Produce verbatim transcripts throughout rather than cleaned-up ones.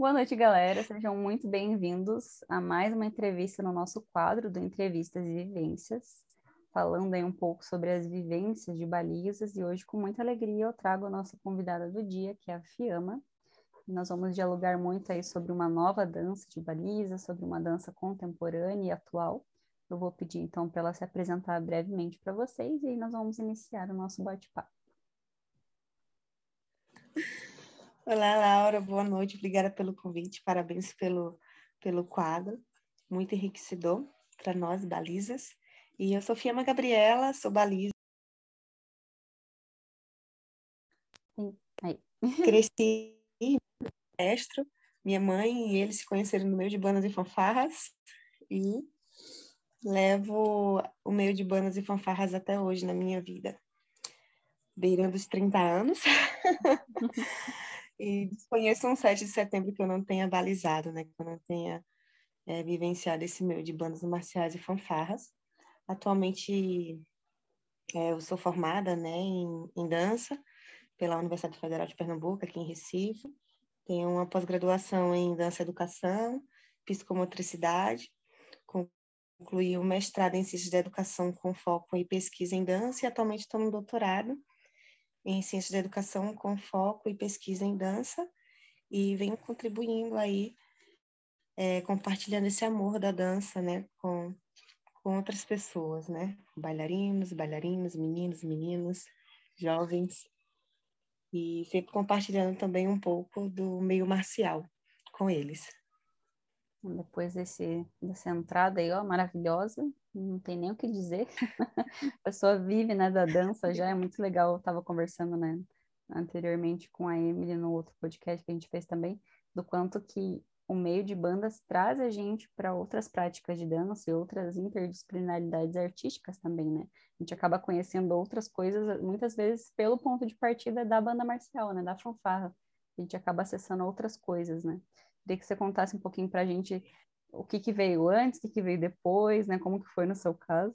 Boa noite, galera. Sejam muito bem-vindos a mais uma entrevista no nosso quadro do Entrevistas e Vivências, falando aí um pouco sobre as vivências de balizas. E hoje, com muita alegria, eu trago a nossa convidada do dia, que é a Fiamma. E nós vamos dialogar muito aí sobre uma nova dança de baliza, sobre uma dança contemporânea e atual. Eu vou pedir, então, para ela se apresentar brevemente para vocês e aí nós vamos iniciar o nosso bate-papo. Olá, Laura, boa noite, obrigada pelo convite, parabéns pelo, pelo quadro, muito enriquecedor para nós, balizas. E eu sou Fiamma Gabriela, sou baliza. Sim, aí. Cresci no maestro, minha mãe e ele se conheceram no meio de bandas e fanfarras, e levo o meio de bandas e fanfarras até hoje na minha vida, beirando os trinta anos. E desconheço um sete de setembro que eu não tenha balizado, né? Que eu não tenha é, vivenciado esse meio de bandas marciais e fanfarras. Atualmente, é, eu sou formada, né, em, em dança pela Universidade Federal de Pernambuco, aqui em Recife. Tenho uma pós-graduação em dança e educação, psicomotricidade. Concluí o mestrado em ciências da educação com foco em pesquisa em dança e atualmente estou no doutorado em ciências da educação com foco em pesquisa em dança e venho contribuindo aí, é, compartilhando esse amor da dança, né, com, com outras pessoas, né, bailarinos, bailarinas, meninos, meninas, jovens, e sempre compartilhando também um pouco do meio marcial com eles. Depois desse, dessa entrada aí, ó, maravilhosa, não tem nem o que dizer. A pessoa vive, né, da dança já, é muito legal. Eu estava conversando, né, anteriormente com a Emily no outro podcast que a gente fez também, do quanto que o meio de bandas traz a gente para outras práticas de dança e outras interdisciplinaridades artísticas também, né? A gente acaba conhecendo outras coisas, muitas vezes pelo ponto de partida da banda marcial, né, da fanfarra. A gente acaba acessando outras coisas, né? Queria que você contasse um pouquinho para a gente o que que veio antes, o que que veio depois, né? Como que foi no seu caso?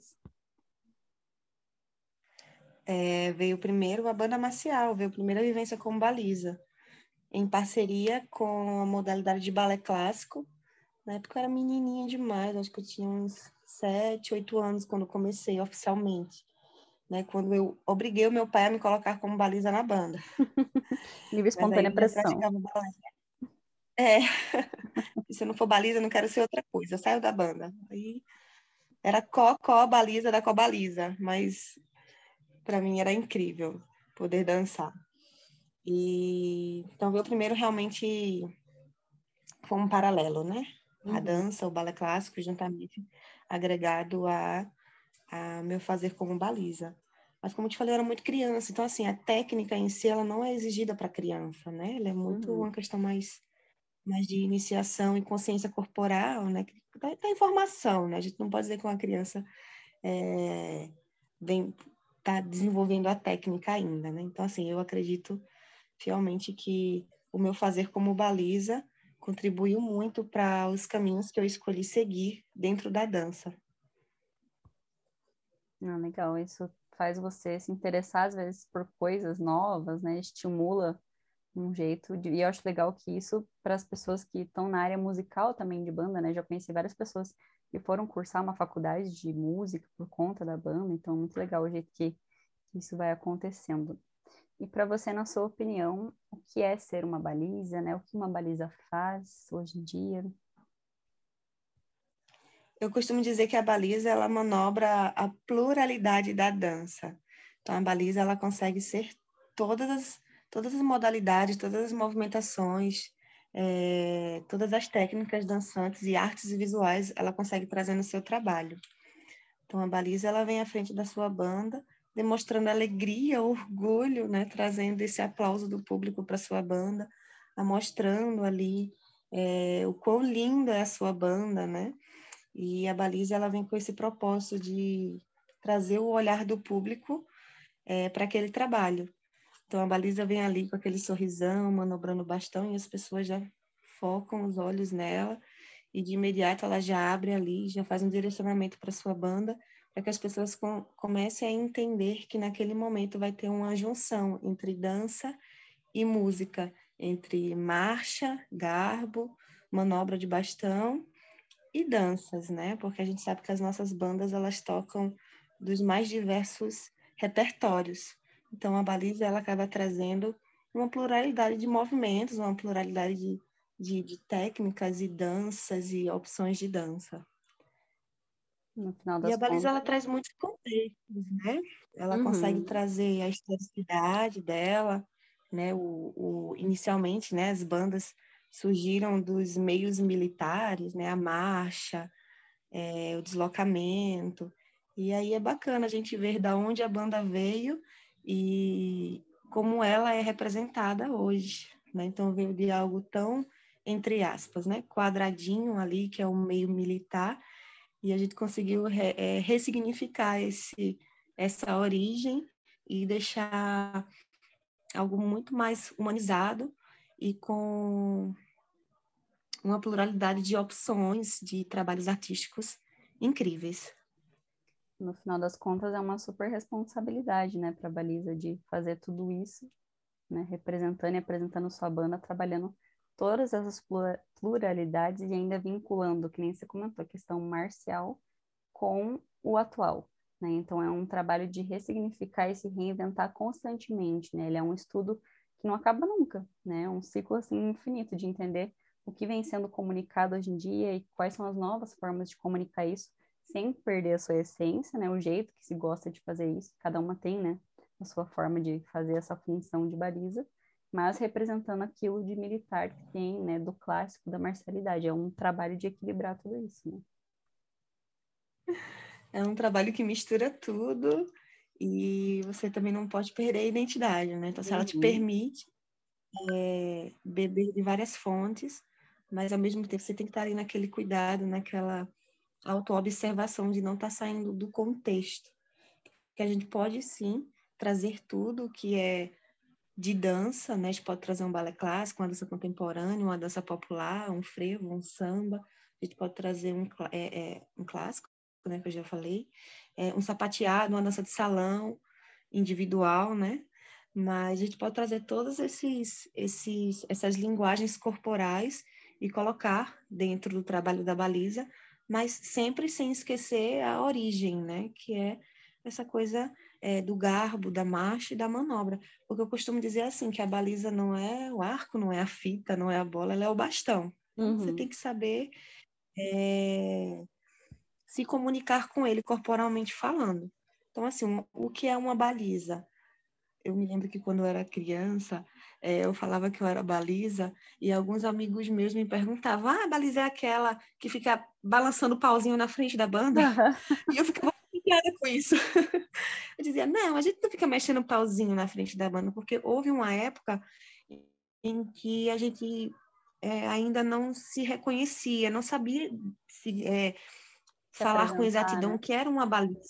É, veio primeiro a banda marcial, veio a primeira vivência como baliza, em parceria com a modalidade de balé clássico. Na época eu era menininha demais, acho que eu tinha uns sete, oito anos quando comecei oficialmente, né? Quando eu obriguei o meu pai a me colocar como baliza na banda. Livre Mas aí espontânea eu já pressão. praticava balé. É, se eu não for baliza, eu não quero ser outra coisa, eu saio da banda. Aí era có-có baliza da có-baliza, mas para mim era incrível poder dançar. E então veio primeiro realmente foi um paralelo, né? A Uhum. dança, o balé clássico, juntamente agregado a, a meu fazer como baliza. Mas como eu te falei, eu era muito criança, então assim, a técnica em si ela não é exigida para criança, né? Ela é muito Uhum. uma questão mais, mais de iniciação e consciência corporal, né? Da, da informação, né? A gente não pode dizer que uma criança é, vem tá desenvolvendo a técnica ainda, né? Então assim, eu acredito fielmente que o meu fazer como baliza contribuiu muito para os caminhos que eu escolhi seguir dentro da dança. Ah, legal, isso faz você se interessar às vezes por coisas novas, né? Estimula um jeito de... E eu acho legal que isso, para as pessoas que estão na área musical também de banda, né? Já conheci várias pessoas que foram cursar uma faculdade de música por conta da banda, então é muito legal o jeito que isso vai acontecendo. E para você, na sua opinião, o que é ser uma baliza, né? O que uma baliza faz hoje em dia? Eu costumo dizer que a baliza ela manobra a pluralidade da dança. Então a baliza ela consegue ser todas as, todas as modalidades, todas as movimentações, é, todas as técnicas dançantes e artes visuais ela consegue trazer no seu trabalho. Então a baliza ela vem à frente da sua banda, demonstrando alegria, orgulho, né, trazendo esse aplauso do público para sua banda, mostrando ali é, o quão linda é a sua banda, né? E a baliza ela vem com esse propósito de trazer o olhar do público é, para aquele trabalho. Então a baliza vem ali com aquele sorrisão, manobrando o bastão e as pessoas já focam os olhos nela e de imediato ela já abre ali, já faz um direcionamento para sua banda, para que as pessoas com, comecem a entender que naquele momento vai ter uma junção entre dança e música, entre marcha, garbo, manobra de bastão e danças, né? Porque a gente sabe que as nossas bandas, elas tocam dos mais diversos repertórios. Então, a baliza, ela acaba trazendo uma pluralidade de movimentos, uma pluralidade de, de, de técnicas e danças e opções de dança. No final E a das baliza, ela contas. traz muitos contextos, né? Ela consegue Uhum. trazer a historicidade dela, né? O, o, inicialmente, né, as bandas surgiram dos meios militares, né? A marcha, é, o deslocamento. E aí é bacana a gente ver da onde a banda veio e como ela é representada hoje, né? Então veio de algo tão, entre aspas, né, quadradinho ali, que é o meio militar, e a gente conseguiu re, é, ressignificar esse, essa origem e deixar algo muito mais humanizado e com uma pluralidade de opções de trabalhos artísticos incríveis. No final das contas, é uma super responsabilidade, né, para a Baliza de fazer tudo isso, né, representando e apresentando sua banda, trabalhando todas essas plura- pluralidades e ainda vinculando, que nem você comentou, a questão marcial com o atual, né? Então é um trabalho de ressignificar e se reinventar constantemente, né? Ele é um estudo que não acaba nunca, né? É um ciclo assim infinito de entender o que vem sendo comunicado hoje em dia e quais são as novas formas de comunicar isso sem perder a sua essência, né? O jeito que se gosta de fazer isso, cada uma tem, né? A sua forma de fazer essa função de baliza, mas representando aquilo de militar que tem, né? Do clássico, da marcialidade. É um trabalho de equilibrar tudo isso, né? É um trabalho que mistura tudo e você também não pode perder a identidade, né? Então, se ela te Uhum. permite é, beber de várias fontes, mas ao mesmo tempo você tem que estar ali naquele cuidado, naquela autoobservação de não estar saindo do contexto. Que a gente pode sim trazer tudo que é de dança, né? A gente pode trazer um balé clássico, uma dança contemporânea, uma dança popular, um frevo, um samba. A gente pode trazer um, é, é, um clássico, né? Que eu já falei, é, um sapateado, uma dança de salão individual, né? Mas a gente pode trazer todas esses, esses, essas linguagens corporais e colocar dentro do trabalho da baliza, mas sempre sem esquecer a origem, né? Que é essa coisa é, do garbo, da marcha e da manobra. Porque eu costumo dizer assim, que a baliza não é o arco, não é a fita, não é a bola, ela é o bastão. Então, você tem Uhum. que saber é, se comunicar com ele corporalmente falando. Então, assim, um, o que é uma baliza? Eu me lembro que quando eu era criança, é, eu falava que eu era baliza e alguns amigos meus me perguntavam: ah, a baliza é aquela que fica balançando o pauzinho na frente da banda? E eu ficava chateada com isso. Eu dizia: não, a gente não fica mexendo o pauzinho na frente da banda, porque houve uma época em que a gente é, ainda não se reconhecia, não sabia se, é, Se falar com apresentar, exatidão né? o que era uma baliza.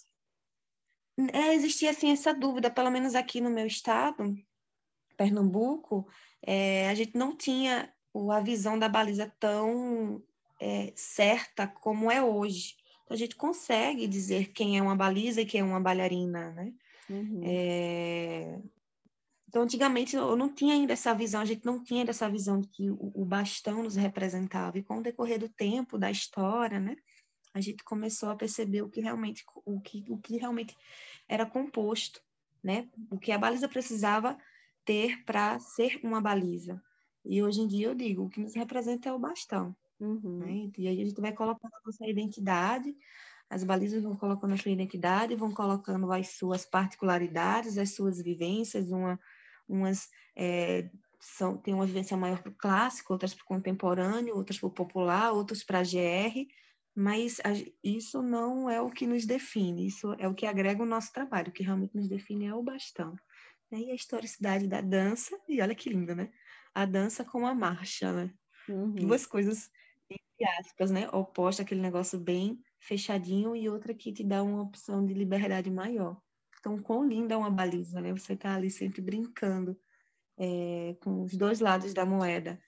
É, existia assim essa dúvida, pelo menos aqui no meu estado, Pernambuco, é, a gente não tinha a visão da baliza tão é, certa como é hoje. Então, a gente consegue dizer quem é uma baliza e quem é uma bailarina, né? Uhum. É... Então, antigamente, eu não tinha ainda essa visão, a gente não tinha ainda essa visão de que o, o bastão nos representava. E com o decorrer do tempo, da história, né? A gente começou a perceber o que realmente, o que, o que realmente era composto, né? O que a baliza precisava ter para ser uma baliza. E hoje em dia eu digo, o que nos representa é o bastão, Uhum. né? E aí a gente vai colocando a nossa identidade, as balizas vão colocando a sua identidade, vão colocando as suas particularidades, as suas vivências, uma, umas é, são, tem uma vivência maior para o clássico, outras para o contemporâneo, outras para o popular, outras para a G R, mas a, isso não é o que nos define, isso é o que agrega o nosso trabalho, o que realmente nos define é o bastão. E a historicidade da dança, e olha que linda, né? A dança com a marcha, né? Uhum. Duas coisas, entre aspas, né? Oposta, aquele negócio bem fechadinho, e outra que te dá uma opção de liberdade maior. Então, quão linda é uma baliza, né? Você tá ali sempre brincando é, com os dois lados da moeda.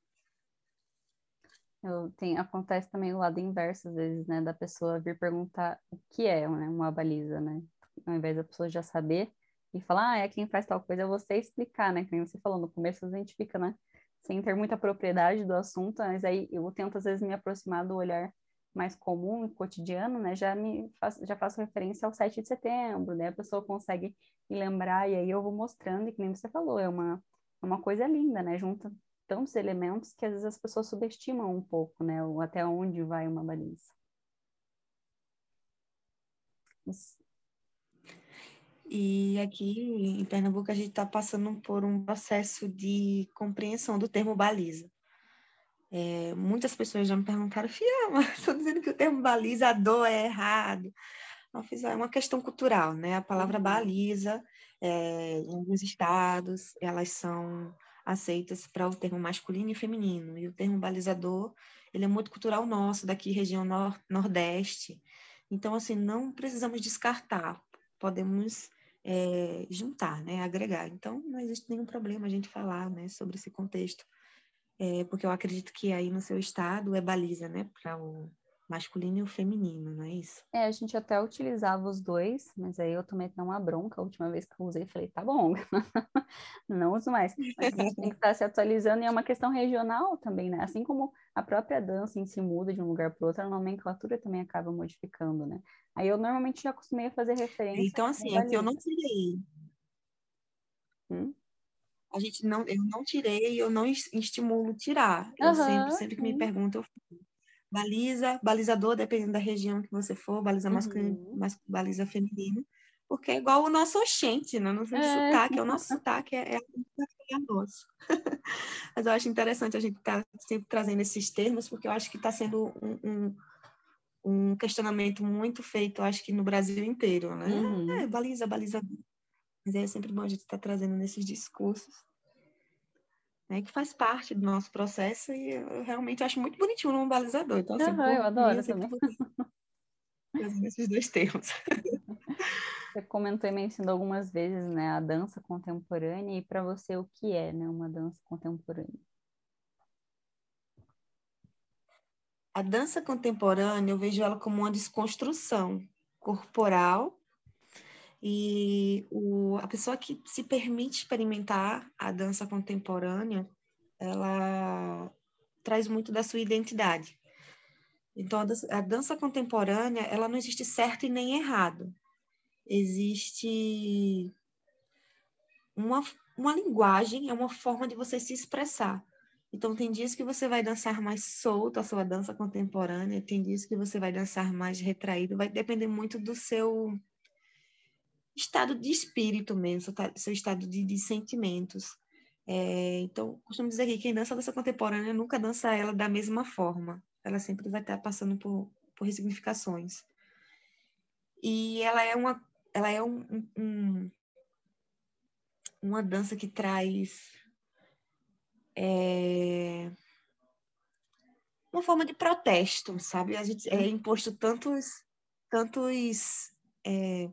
Eu tenho, acontece também o lado inverso, às vezes, né? Da pessoa vir perguntar o que é, né, uma baliza, né? Ao invés da pessoa já saber e falar, ah, é quem faz tal coisa, é você explicar, né? Que nem você falou, no começo a gente fica, né? sem ter muita propriedade do assunto, mas aí eu tento às vezes me aproximar do olhar mais comum e cotidiano, né? Já me faço, já faço referência ao sete de setembro, né? A pessoa consegue me lembrar e aí eu vou mostrando, e que nem você falou, é uma, é uma coisa linda, né? Junta tantos elementos que às vezes as pessoas subestimam um pouco, né? O, até onde vai uma baliza. Mas, E aqui em Pernambuco a gente está passando por um processo de compreensão do termo baliza. É, muitas pessoas já me perguntaram, Fia, mas estou dizendo que o termo balizador é errado. Eu fiz, é uma questão cultural, né? A palavra uhum, baliza, é, em alguns estados, elas são aceitas para o termo masculino e feminino. E o termo balizador, ele é muito cultural nosso, daqui região nor nordeste. Então, assim, não precisamos descartar, podemos é, juntar, né? Agregar. Então, não existe nenhum problema a gente falar, né, sobre esse contexto. É, porque eu acredito que aí no seu estado é baliza, né? Para o masculino e o feminino, não é isso? é, a gente até utilizava os dois, mas aí eu tomei até uma bronca a última vez que eu usei, falei, tá bom, não uso mais. Mas a gente tem que estar se atualizando e é uma questão regional também, né? Assim como a própria dança em si muda de um lugar para outro, a nomenclatura também acaba modificando, né? Aí eu normalmente já acostumei a fazer referência Então, ao assim, aqui eu não baliza. tirei. Hum? A gente não, eu não tirei, eu não es- estimulo tirar. Eu sempre, Aham, sempre que me sim. perguntam, baliza, balizador, dependendo da região que você for, baliza masculino, Uhum. mas, baliza feminino, porque é igual o nosso oxente, né? O nosso É, sotaque, é o nosso sotaque, é, é, é nosso. Mas eu acho interessante a gente estar sempre trazendo esses termos, porque eu acho que está sendo um, um, um questionamento muito feito, eu acho que no Brasil inteiro, né? É, uhum. baliza, baliza. Mas é sempre bom a gente estar trazendo nesses discursos, né, que faz parte do nosso processo e eu realmente acho muito bonitinho um balizador. Então, assim, Aham, eu por mim, eu adoro sempre também. vou trazendo esses dois termos. Você comentou e mencionou algumas vezes, né, a dança contemporânea, e para você o que é, né, uma dança contemporânea? A dança contemporânea, eu vejo ela como uma desconstrução corporal e o, a pessoa que se permite experimentar a dança contemporânea, ela traz muito da sua identidade. Então, a dança, a dança contemporânea, ela não existe certo e nem errado. Existe uma, uma linguagem, é uma forma de você se expressar. Então, tem dias que você vai dançar mais solto a sua dança contemporânea, tem dias que você vai dançar mais retraído, vai depender muito do seu estado de espírito mesmo, seu estado de, de sentimentos. É, então, costumo dizer que quem dança dança contemporânea nunca dança ela da mesma forma. Ela sempre vai estar passando por, por ressignificações. E ela é uma, ela é um, um, um uma dança que traz é, uma forma de protesto, sabe? A gente é imposto tantos, tantos é,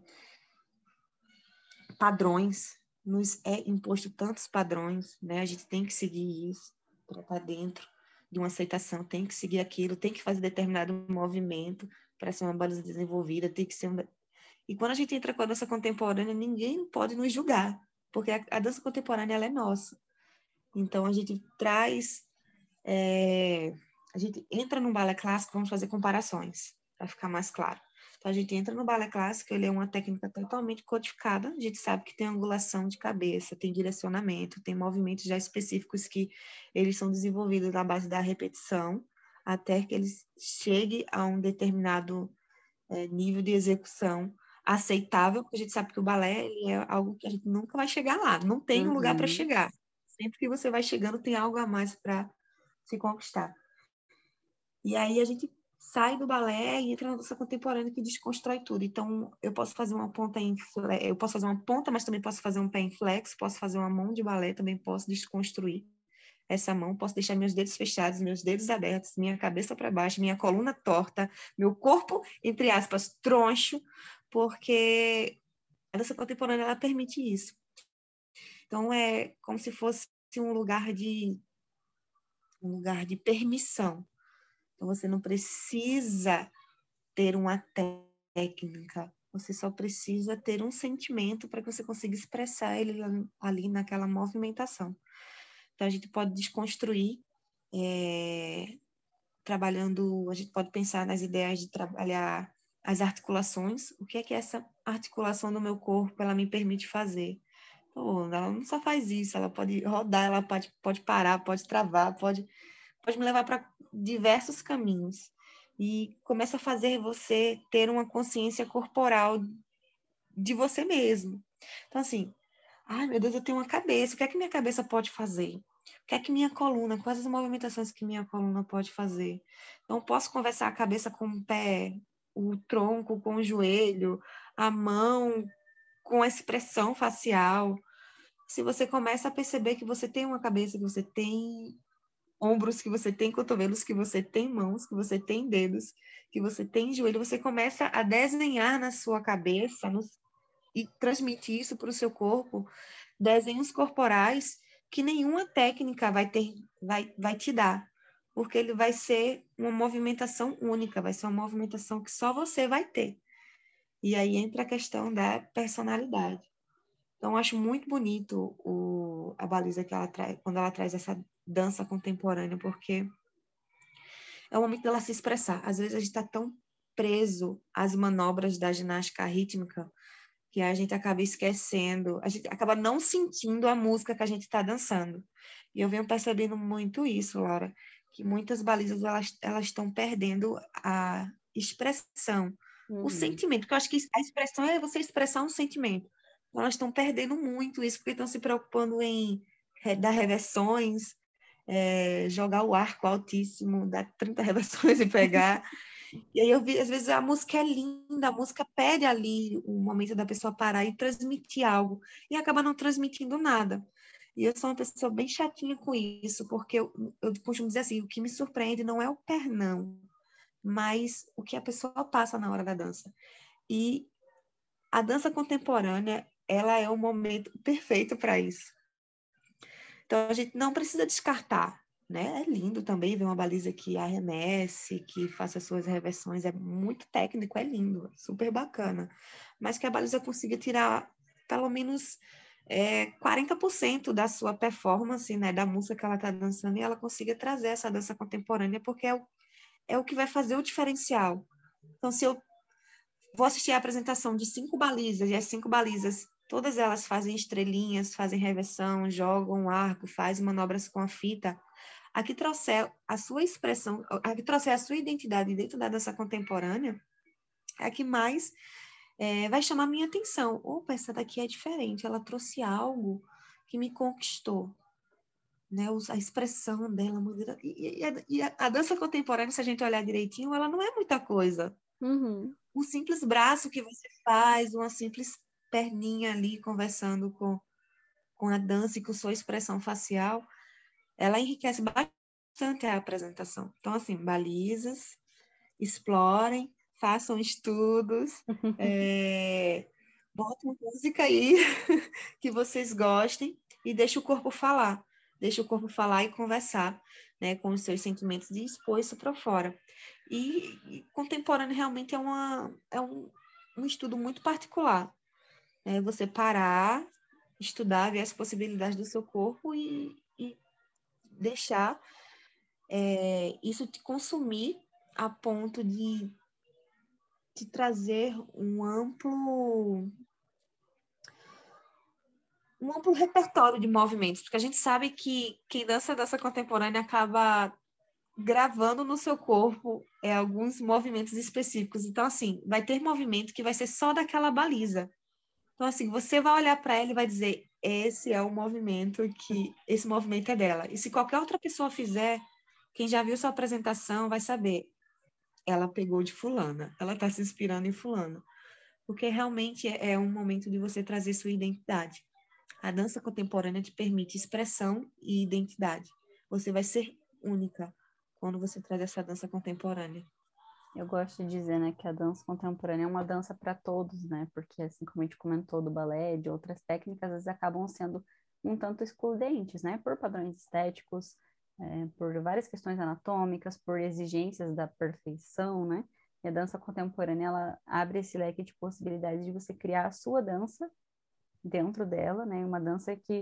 padrões, nos é imposto tantos padrões, né? A gente tem que seguir isso para estar dentro de uma aceitação, tem que seguir aquilo, tem que fazer determinado movimento para ser uma baliza desenvolvida, tem que ser uma... E quando a gente entra com a dança contemporânea, ninguém pode nos julgar, porque a, a dança contemporânea ela é nossa. Então a gente traz É, a gente entra no balé clássico, vamos fazer comparações, para ficar mais claro. Então, a gente entra no balé clássico, ele é uma técnica totalmente codificada, a gente sabe que tem angulação de cabeça, tem direcionamento, tem movimentos já específicos que eles são desenvolvidos na base da repetição, até que eles cheguem a um determinado é, nível de execução aceitável, porque a gente sabe que o balé ele é algo que a gente nunca vai chegar lá, não tem um lugar para Uhum. chegar. Sempre que você vai chegando, tem algo a mais para se conquistar. E aí a gente sai do balé e entra na dança contemporânea que desconstrói tudo. Então, eu posso fazer uma ponta em eu posso fazer uma ponta, mas também posso fazer um pé em flexo, posso fazer uma mão de balé, também posso desconstruir essa mão, posso deixar meus dedos fechados, meus dedos abertos, minha cabeça para baixo, minha coluna torta, meu corpo, entre aspas, troncho, porque a dança contemporânea ela permite isso. Então, é como se fosse um lugar de um lugar de permissão. Então, você não precisa ter uma técnica, você só precisa ter um sentimento para que você consiga expressar ele ali naquela movimentação. Então, a gente pode desconstruir, é, trabalhando, a gente pode pensar nas ideias de trabalhar as articulações. O que é que essa articulação do meu corpo, ela me permite fazer? Pô, ela não só faz isso, ela pode rodar, ela pode, pode parar, pode travar, pode, pode me levar para diversos caminhos. E começa a fazer você ter uma consciência corporal de você mesmo. Então, assim, ai, meu Deus, eu tenho uma cabeça. O que é que minha cabeça pode fazer? O que é que minha coluna, quais as movimentações que minha coluna pode fazer? Então, posso conversar a cabeça com o pé, o tronco com o joelho, a mão com a expressão facial. Se você começa a perceber que você tem uma cabeça, que você tem ombros, que você tem cotovelos, que você tem mãos, que você tem dedos, que você tem joelho, você começa a desenhar na sua cabeça, no, e transmitir isso para o seu corpo, desenhos corporais que nenhuma técnica vai ter, vai, vai te dar, porque ele vai ser uma movimentação única, vai ser uma movimentação que só você vai ter. E aí entra a questão da personalidade. Então, eu acho muito bonito o, a baliza que ela traz, quando ela traz essa dança contemporânea, porque é o momento dela se expressar. Às vezes a gente está tão preso às manobras da ginástica rítmica que a gente acaba esquecendo, a gente acaba não sentindo a música que a gente está dançando. E eu venho percebendo muito isso, Laura, que muitas balizas elas elas estão perdendo a expressão, o Uhum. sentimento, porque eu acho que a expressão é você expressar um sentimento. Então, elas estão perdendo muito isso, porque estão se preocupando em dar reversões, é, jogar o arco altíssimo, dar trinta reversões e pegar. E aí eu vi, às vezes a música é linda, a música pede ali o momento da pessoa parar e transmitir algo, e acaba não transmitindo nada. E eu sou uma pessoa bem chatinha com isso, porque eu, eu costumo dizer assim, o que me surpreende não é o pernão, mas o que a pessoa passa na hora da dança. E a dança contemporânea, ela é o momento perfeito para isso. Então, a gente não precisa descartar, né? É lindo também ver uma baliza que arremesse, que faça suas reversões, é muito técnico, é lindo, super bacana. Mas que a baliza consiga tirar pelo menos é, quarenta por cento da sua performance, né? Da música que ela está dançando, e ela consiga trazer essa dança contemporânea, porque é o, é o que vai fazer o diferencial. Então, se eu vou assistir a apresentação de cinco balizas, e as cinco balizas, todas elas fazem estrelinhas, fazem reversão, jogam arco, fazem manobras com a fita. A que trouxer a sua expressão, a que trouxer a sua identidade dentro da dança contemporânea, é a que mais é, vai chamar minha atenção. Opa, essa daqui é diferente, ela trouxe algo que me conquistou. Né, a expressão dela, a maneira... e, e, e a, a dança contemporânea, se a gente olhar direitinho, ela não é muita coisa. Uhum. Um simples braço que você faz, uma simples perninha ali conversando com, com a dança e com sua expressão facial, ela enriquece bastante a apresentação. Então, assim, balizas, explorem, façam estudos, é, botem música aí que vocês gostem e deixe o corpo falar. Deixe o corpo falar e conversar, né, com os seus sentimentos e expor isso para fora. E, e contemporâneo realmente é, uma, é um, um estudo muito particular. É você parar, estudar, ver as possibilidades do seu corpo e, e deixar é, isso te consumir a ponto de te trazer um amplo um amplo repertório de movimentos, porque a gente sabe que quem dança dança contemporânea acaba gravando no seu corpo é, alguns movimentos específicos. Então, assim, vai ter movimento que vai ser só daquela baliza. Então, assim, você vai olhar para ela e vai dizer, esse é o movimento que, esse movimento é dela. E se qualquer outra pessoa fizer, quem já viu sua apresentação vai saber, ela pegou de fulana, ela está se inspirando em fulano. Porque realmente é, é um momento de você trazer sua identidade. A dança contemporânea te permite expressão e identidade. Você vai ser única quando você traz essa dança contemporânea. Eu gosto de dizer, né, que a dança contemporânea é uma dança para todos, né? Porque assim como a gente comentou do balé, de outras técnicas, às vezes acabam sendo um tanto excludentes, né? Por padrões estéticos, é, por várias questões anatômicas, por exigências da perfeição, né? E a dança contemporânea, ela abre esse leque de possibilidades de você criar a sua dança dentro dela, né? Uma dança que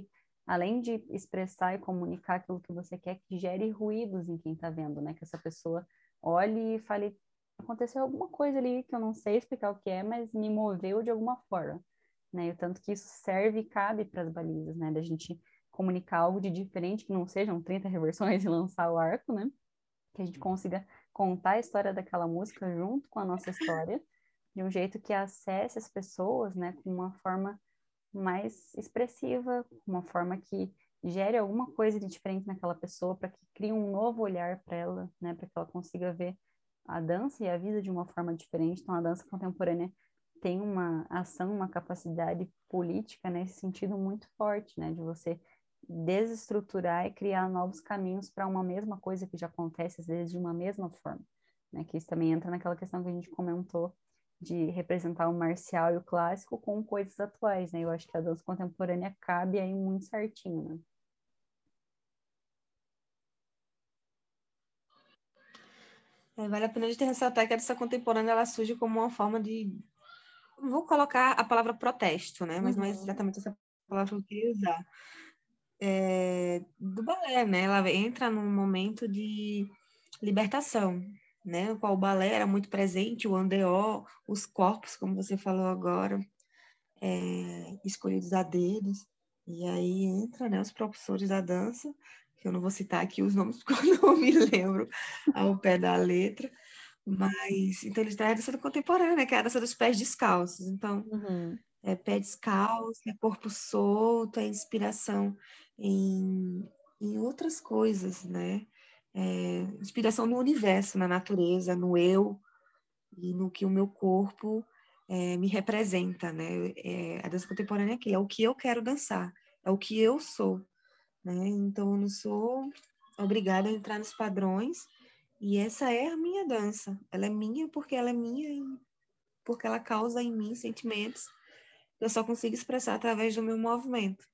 além de expressar e comunicar aquilo que você quer, que gere ruídos em quem está vendo, né? Que essa pessoa olhe e fale, aconteceu alguma coisa ali que eu não sei explicar o que é, mas me moveu de alguma forma, né? E o tanto que isso serve e cabe para as balizas, né? Da gente comunicar algo de diferente, que não sejam trinta reversões e lançar o arco, né? Que a gente consiga contar a história daquela música junto com a nossa história, de um jeito que acesse as pessoas, né? Com uma forma mais expressiva, uma forma que gere alguma coisa de diferente naquela pessoa, para que crie um novo olhar para ela, né, para que ela consiga ver a dança e a vida de uma forma diferente. Então, a dança contemporânea tem uma ação, uma capacidade política nesse sentido muito forte, né, de você desestruturar e criar novos caminhos para uma mesma coisa que já acontece, às vezes, de uma mesma forma, né, que isso também entra naquela questão que a gente comentou de representar o marcial e o clássico com coisas atuais, né? Eu acho que a dança contemporânea cabe aí muito certinho, né? É, vale a pena a gente ressaltar que a dança contemporânea ela surge como uma forma de. Vou colocar a palavra protesto, né? Mas não é Uhum. exatamente essa palavra que eu queria usar. É, do balé, né? Ela entra num momento de libertação, né? No qual o balé era muito presente, o andeó, os corpos, como você falou agora, é, escolhidos a dedos. E aí entra, né, os propulsores da dança, que eu não vou citar aqui os nomes porque eu não me lembro ao pé da letra, mas então eles trazem a dança contemporânea, né, que é a dança dos pés descalços. Então, Uhum. é pé descalço, é corpo solto, é inspiração em, em outras coisas, né? É, inspiração no universo, na natureza, no eu e no que o meu corpo é, me representa, né? É, a dança contemporânea é aquilo, é o que eu quero dançar, é o que eu sou, né? Então eu não sou obrigada a entrar nos padrões e essa é a minha dança. Ela é minha porque ela é minha e porque ela causa em mim sentimentos que eu só consigo expressar através do meu movimento.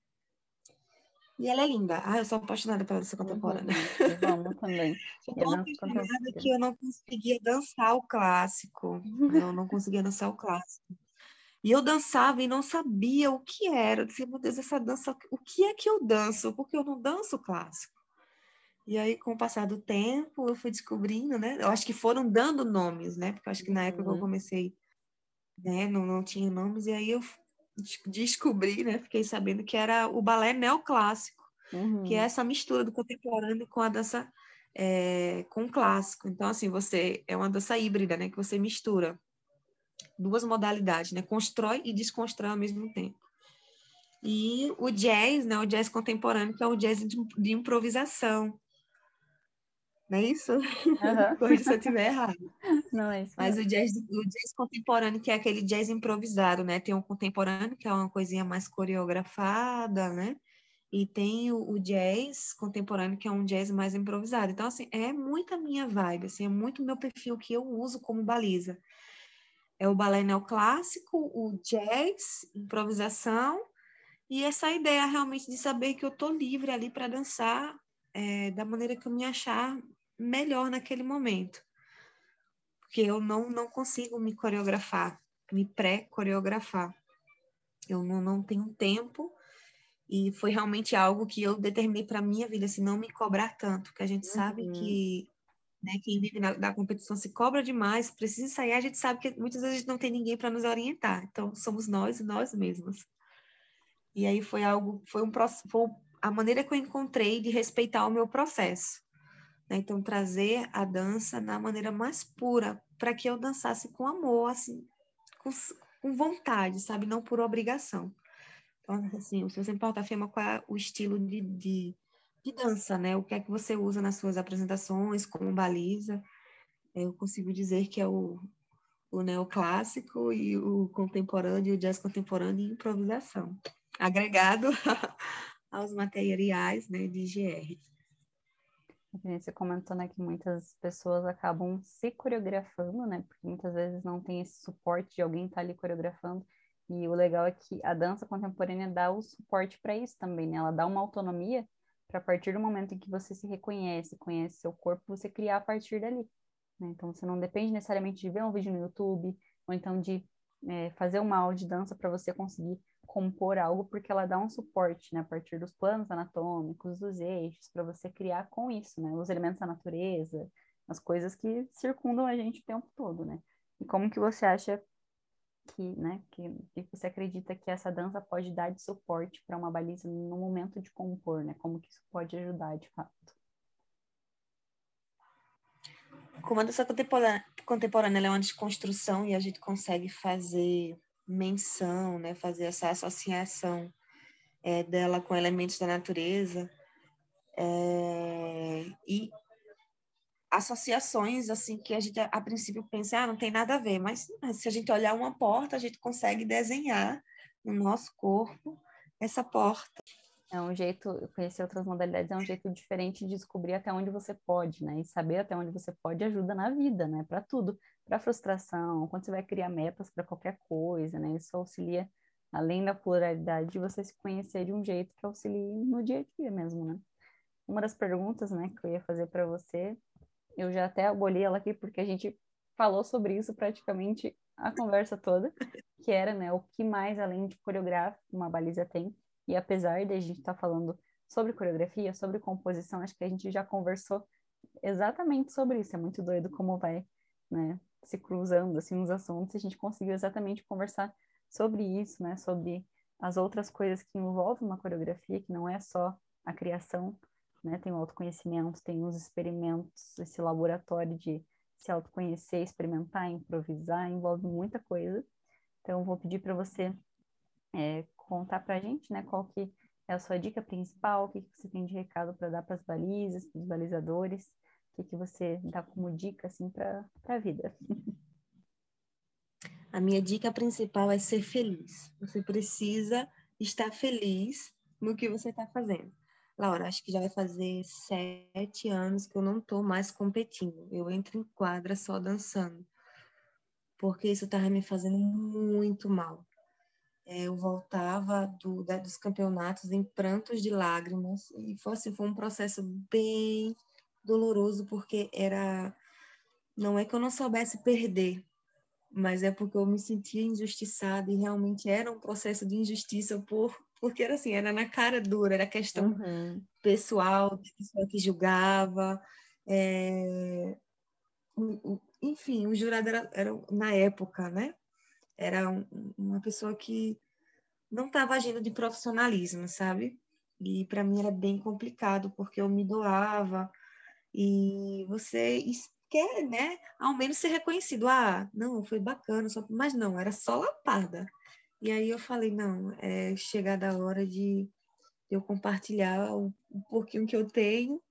E ela é linda. Ah, eu sou apaixonada pela dança contemporânea. Uhum. Eu amo também. Sou E a tão dança apaixonada que contemporânea. eu não conseguia dançar o clássico. Né? Eu não conseguia dançar o clássico. E eu dançava e não sabia o que era. Eu disse, meu Deus, essa dança, o que é que eu danço? Porque eu não danço clássico. E aí, com o passar do tempo, eu fui descobrindo, né? Eu acho que foram dando nomes, né? Porque eu acho que na época que eu Uhum. comecei, né, não, não tinha nomes. E aí eu descobri, né? Fiquei sabendo que era o balé neoclássico, que é Uhum. essa mistura do contemporâneo com a dança é, com o clássico. Então, assim, você é uma dança híbrida, né? Que você mistura duas modalidades, né? Constrói e desconstrói ao mesmo tempo. E o jazz, né? O jazz contemporâneo, que é o jazz de, de improvisação. Não é isso? Aham. Corrija se eu estiver errado. Não, é isso Mas mesmo. o jazz, o jazz contemporâneo, que é aquele jazz improvisado, né? Tem o contemporâneo, que é uma coisinha mais coreografada, né? E tem o, o jazz contemporâneo, que é um jazz mais improvisado. Então, assim, é muito a minha vibe, assim, é muito o meu perfil que eu uso como baliza. É o balé neoclássico, o jazz, improvisação, e essa ideia realmente de saber que eu tô livre ali para dançar é, da maneira que eu me achar melhor naquele momento. Porque eu não, não consigo me coreografar, me pré-coreografar. Eu não, não tenho tempo e foi realmente algo que eu determinei para minha vida, assim, não me cobrar tanto, porque a gente sabe Uhum. que né, quem vive na, da competição se cobra demais, precisa ensaiar, a gente sabe que muitas vezes a gente não tem ninguém para nos orientar, então somos nós e nós mesmos. E aí foi algo, foi um foi a maneira que eu encontrei de respeitar o meu processo. Né? Então trazer a dança na maneira mais pura, para que eu dançasse com amor, assim, com, com vontade, sabe, não por obrigação. Então, assim, se você me perguntar, Fema, qual é o estilo de, de, de dança, né? O que é que você usa nas suas apresentações, como baliza? Eu consigo dizer que é o, o neoclássico e o contemporâneo, o jazz contemporâneo e improvisação, agregado aos materiais, né, de G R. Você comentou, né, que muitas pessoas acabam se coreografando, né, porque muitas vezes não tem esse suporte de alguém estar ali coreografando. E o legal é que a dança contemporânea dá o suporte para isso também, né? Ela dá uma autonomia para a partir do momento em que você se reconhece, conhece seu corpo, você criar a partir dali, né? Então você não depende necessariamente de ver um vídeo no YouTube ou então de é, fazer uma aula de dança para você conseguir compor algo, porque ela dá um suporte, né, a partir dos planos anatômicos, dos eixos, para você criar com isso, né, os elementos da natureza, as coisas que circundam a gente o tempo todo, né? E como que você acha que, né, que, que você acredita que essa dança pode dar de suporte para uma baliza no momento de compor, né? Como que isso pode ajudar de fato? Como a dança contemporânea, contemporânea ela é uma desconstrução e a gente consegue fazer menção, né, fazer essa associação é, dela com elementos da natureza é, e associações assim que a gente a princípio pensa, ah, não tem nada a ver, mas, mas se a gente olhar uma porta, a gente consegue desenhar no nosso corpo essa porta. É um jeito, conhecer outras modalidades é um jeito diferente de descobrir até onde você pode, né? E saber até onde você pode ajuda na vida, né? Para tudo, para frustração, quando você vai criar metas para qualquer coisa, né? Isso auxilia, além da pluralidade, de você se conhecer de um jeito que auxilie no dia a dia mesmo, né? Uma das perguntas, né, que eu ia fazer para você, eu já até aboli ela aqui porque a gente falou sobre isso praticamente a conversa toda, que era, né, o que mais além de coreográfico uma baliza tem. E apesar de a gente estar tá falando sobre coreografia, sobre composição, acho que a gente já conversou exatamente sobre isso. É muito doido como vai, né, se cruzando assim os assuntos. A gente conseguiu exatamente conversar sobre isso, né, sobre as outras coisas que envolvem uma coreografia, que não é só a criação, né, tem o autoconhecimento, tem os experimentos, esse laboratório de se autoconhecer, experimentar, improvisar, envolve muita coisa. Então, eu vou pedir para você é, contar para a gente, né, qual que é a sua dica principal, o que, que você tem de recado para dar para as balizas, para os balizadores, o que, que você dá como dica, assim, para a vida. A minha dica principal é ser feliz. Você precisa estar feliz no que você está fazendo. Laura, acho que já vai fazer sete anos que eu não estou mais competindo. Eu entro em quadra só dançando, porque isso estava me fazendo muito mal. Eu voltava do, da, dos campeonatos em prantos de lágrimas e foi, assim, foi um processo bem doloroso, porque era, não é que eu não soubesse perder, mas é porque eu me sentia injustiçada e realmente era um processo de injustiça por, porque era assim, era na cara dura, era questão Uhum. pessoal, de pessoa que julgava, é, enfim, o jurado era, era na época, né? Era um, uma pessoa que não estava agindo de profissionalismo, sabe? E para mim era bem complicado, porque eu me doava e você quer, né, ao menos ser reconhecido. Ah, não, foi bacana, só... mas não, era só lapada. E aí eu falei, não, é chegada a hora de eu compartilhar um, um pouquinho que eu tenho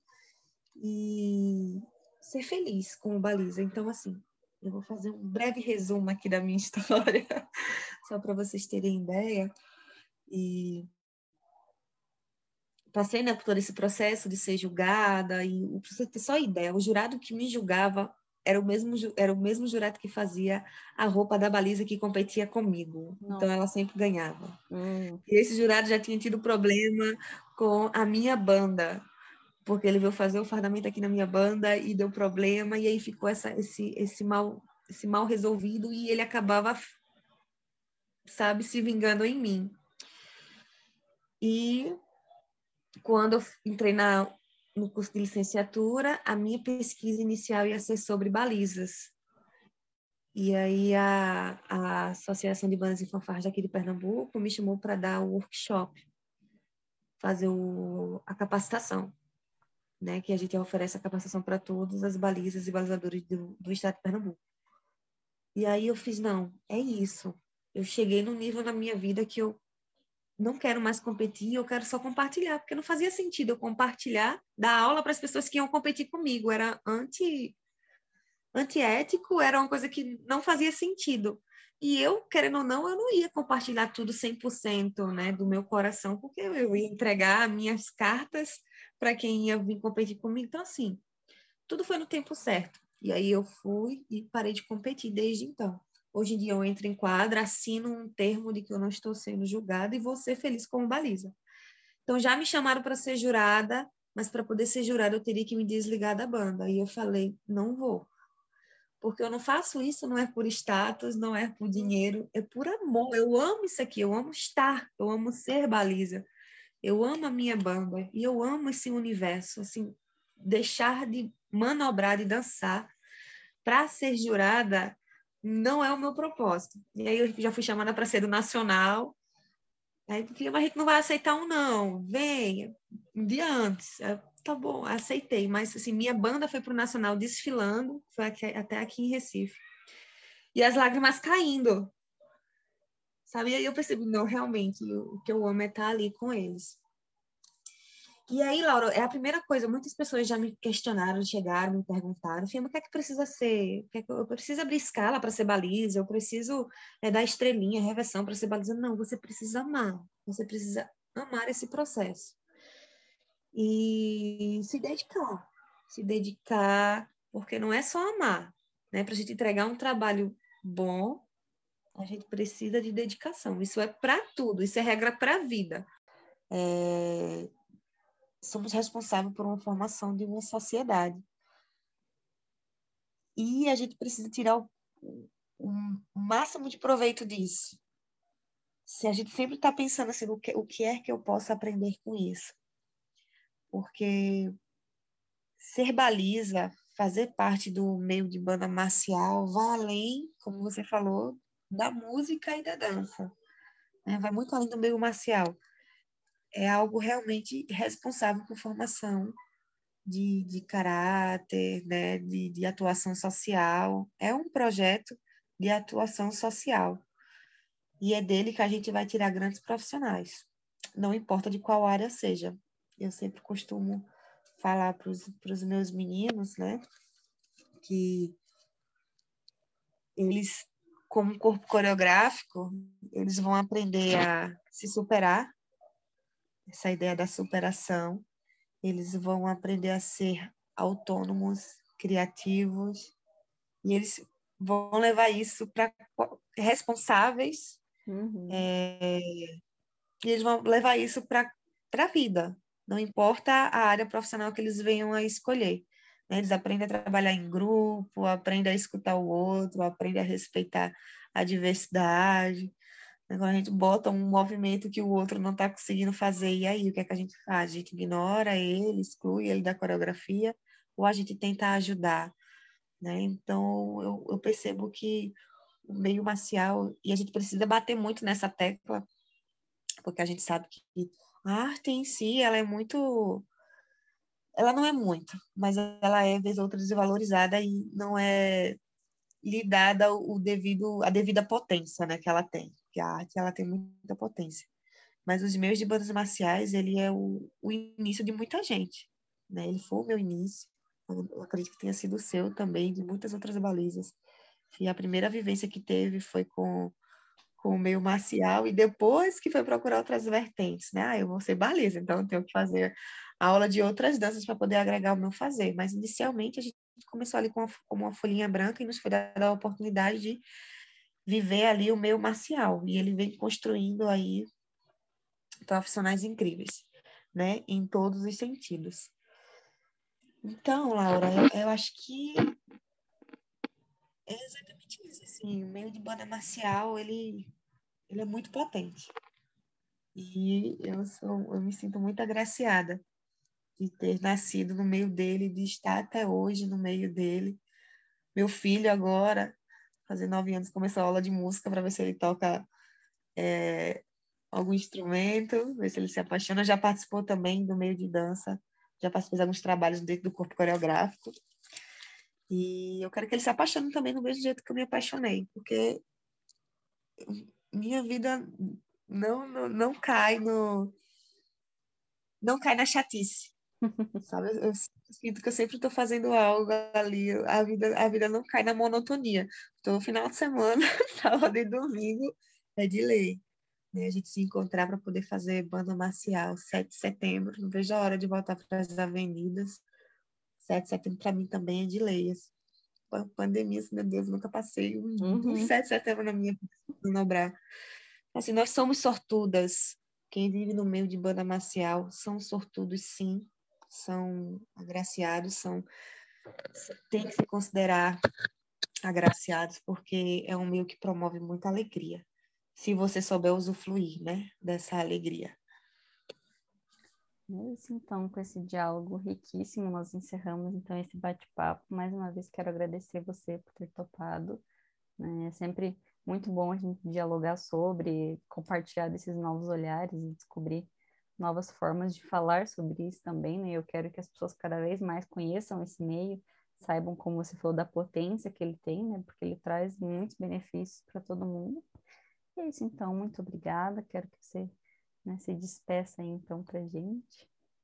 e ser feliz com o Baliza. Então, assim, eu vou fazer um breve resumo aqui da minha história, só para vocês terem ideia. E passei, né, por todo esse processo de ser julgada, e para você ter só ideia, o jurado que me julgava era o mesmo, era o mesmo jurado que fazia a roupa da baliza que competia comigo. Então, Nossa. ela sempre ganhava. Hum. E esse jurado já tinha tido problema com a minha banda, porque ele veio fazer o fardamento aqui na minha banda e deu problema, e aí ficou essa, esse, esse, mal, esse mal resolvido, e ele acabava, sabe, se vingando em mim. E quando eu entrei na, no curso de licenciatura, a minha pesquisa inicial ia ser sobre balizas. E aí a, a Associação de Bandas e Fanfarras daqui de Pernambuco me chamou para dar o workshop, fazer o, a capacitação, né? Que a gente oferece a capacitação para todas as balizas e balizadores do, do estado de Pernambuco. E aí eu fiz, não, é isso. Eu cheguei num nível na minha vida que eu não quero mais competir, eu quero só compartilhar, porque não fazia sentido eu compartilhar, dar aula para as pessoas que iam competir comigo, era anti, antiético, era uma coisa que não fazia sentido. E eu, querendo ou não, eu não ia compartilhar tudo cem por cento, né, do meu coração, porque eu ia entregar minhas cartas para quem ia vir competir comigo. Então, assim, tudo foi no tempo certo. E aí eu fui e parei de competir desde então. Hoje em dia eu entro em quadra, assino um termo de que eu não estou sendo julgada e vou ser feliz como baliza. Então já me chamaram para ser jurada, mas para poder ser jurada eu teria que me desligar da banda. E eu falei, não vou. Porque eu não faço isso, não é por status, não é por dinheiro, é por amor. Eu amo isso aqui, eu amo estar, eu amo ser baliza. Eu amo a minha banda e eu amo esse universo, assim, deixar de manobrar, de dançar para ser jurada não é o meu propósito. E aí eu já fui chamada para ser do Nacional. Aí, mas a gente não vai aceitar um não. Venha, um dia antes. Eu, tá bom, aceitei. Mas, assim, minha banda foi para o Nacional desfilando, foi aqui, até aqui em Recife. E as lágrimas caindo. Sabe? E aí eu percebi, não, realmente, o que eu amo é estar ali com eles. E aí, Laura, é a primeira coisa, muitas pessoas já me questionaram, chegaram, me perguntaram, Fia, mas o que é que precisa ser? O que é que eu, eu preciso abrir escala para ser baliza, eu preciso é, dar estrelinha, reversão para ser baliza. Não, você precisa amar, você precisa amar esse processo. E se dedicar, se dedicar, porque não é só amar, né? Para a gente entregar um trabalho bom, a gente precisa de dedicação. Isso é para tudo, isso é regra para a vida. É... Somos responsáveis por uma formação de uma sociedade. E a gente precisa tirar o, o máximo de proveito disso. Se a gente sempre está pensando assim, o que, o que é que eu posso aprender com isso? Porque ser baliza, fazer parte do meio de banda marcial, vai além, como você falou, da música e da dança. Né? Vai muito além do meio marcial. É algo realmente responsável por formação de, de caráter, né? de, de atuação social. É um projeto de atuação social. E é dele que a gente vai tirar grandes profissionais. Não importa de qual área seja. Eu sempre costumo falar para os meus meninos, né? Que eles, como corpo coreográfico, eles vão aprender a se superar, essa ideia da superação. Eles vão aprender a ser autônomos, criativos, e eles vão levar isso para responsáveis, Uhum. é, e eles vão levar isso para a vida, não importa a área profissional que eles venham a escolher. Né? Eles aprendem a trabalhar em grupo, aprendem a escutar o outro, aprendem a respeitar a diversidade. Quando a gente bota um movimento que o outro não está conseguindo fazer, e aí o que é que a gente faz? A gente ignora ele, exclui ele da coreografia, ou a gente tenta ajudar? Né? Então, eu, eu percebo que o meio marcial, e a gente precisa bater muito nessa tecla, porque a gente sabe que a arte em si, ela é muito... Ela não é muito, mas ela é, vez ou outra, desvalorizada e não é lhe dada o devido, a devida potência, né, que ela tem. Porque a arte, ela tem muita potência. Mas os meus de bandas marciais, ele é o, o início de muita gente, né? Ele foi o meu início. Eu acredito que tenha sido o seu também, de muitas outras balizas. E a primeira vivência que teve foi com, com o meio marcial e depois que foi procurar outras vertentes, né? Ah, eu vou ser baliza, então eu tenho que fazer aula de outras danças para poder agregar o meu fazer. Mas inicialmente a gente começou ali com uma, com uma folhinha branca e nos foi dada a oportunidade de viver ali o meio marcial. E ele vem construindo aí profissionais incríveis, né? Em todos os sentidos. Então, Laura, eu, eu acho que é exatamente isso. Assim, o meio de banda marcial, ele, ele é muito potente. E eu, sou, eu me sinto muito agraciada de ter nascido no meio dele, de estar até hoje no meio dele. Meu filho agora, fazendo nove anos, começou a aula de música para ver se ele toca é, algum instrumento, ver se ele se apaixona. Já participou também do meio de dança, já participou de alguns trabalhos dentro do corpo coreográfico. E eu quero que ele se apaixone também do mesmo jeito que eu me apaixonei, porque minha vida não, não, não cai no não cai na chatice, sabe? Eu, eu sinto que eu sempre estou fazendo algo ali, a vida, a vida não cai na monotonia. Então, final de semana, sábado e domingo, é de lei. Né? A gente se encontrar para poder fazer banda marcial, sete de setembro, não vejo a hora de voltar para as avenidas. sete de setembro para mim também é de lei. Pandemia, meu Deus, nunca passei um, um Uhum. sete de setembro na minha vida no Nobrar. Assim, nós somos sortudas. Quem vive no meio de banda marcial são sortudos, sim. São agraciados, são tem que se considerar agraciados, porque é um meio que promove muita alegria, se você souber usufruir, né, dessa alegria. É isso, então, com esse diálogo riquíssimo, nós encerramos, então, esse bate-papo. Mais uma vez, quero agradecer você por ter topado, né? É sempre muito bom a gente dialogar sobre, compartilhar desses novos olhares e descobrir novas formas de falar sobre isso também, né? Eu quero que as pessoas cada vez mais conheçam esse meio, saibam, como você falou, da potência que ele tem, né? Porque ele traz muitos benefícios para todo mundo. E é isso, então, muito obrigada. Quero que você, né, se despeça aí, então, pra gente.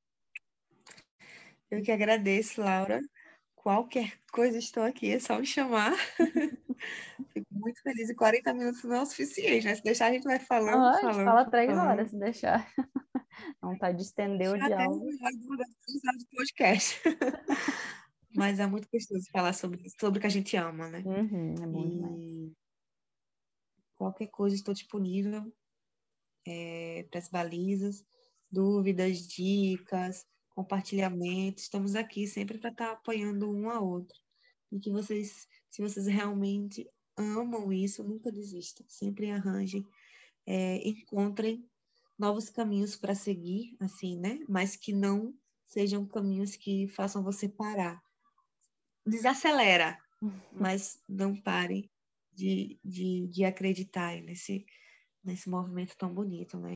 Eu que agradeço, Laura. Qualquer coisa, estou aqui, é só me chamar. Fico muito feliz. E quarenta minutos não é o suficiente, né? Se deixar, a gente vai falando, Ah, a gente falando, fala três falando. horas, se deixar. Não vontade de estender o Já até diálogo. melhor do podcast. Mas é muito gostoso falar sobre, sobre o que a gente ama, né? Uhum, é bom demais. E qualquer coisa, estou disponível é, para as balizas, dúvidas, dicas, compartilhamentos. Estamos aqui sempre para estar apoiando um ao outro. E que vocês, se vocês realmente amam isso, nunca desistam. Sempre arranjem, é, encontrem novos caminhos para seguir, assim, né? Mas que não sejam caminhos que façam você parar. Desacelera, mas não pare de, de, de acreditar nesse, nesse movimento tão bonito, né?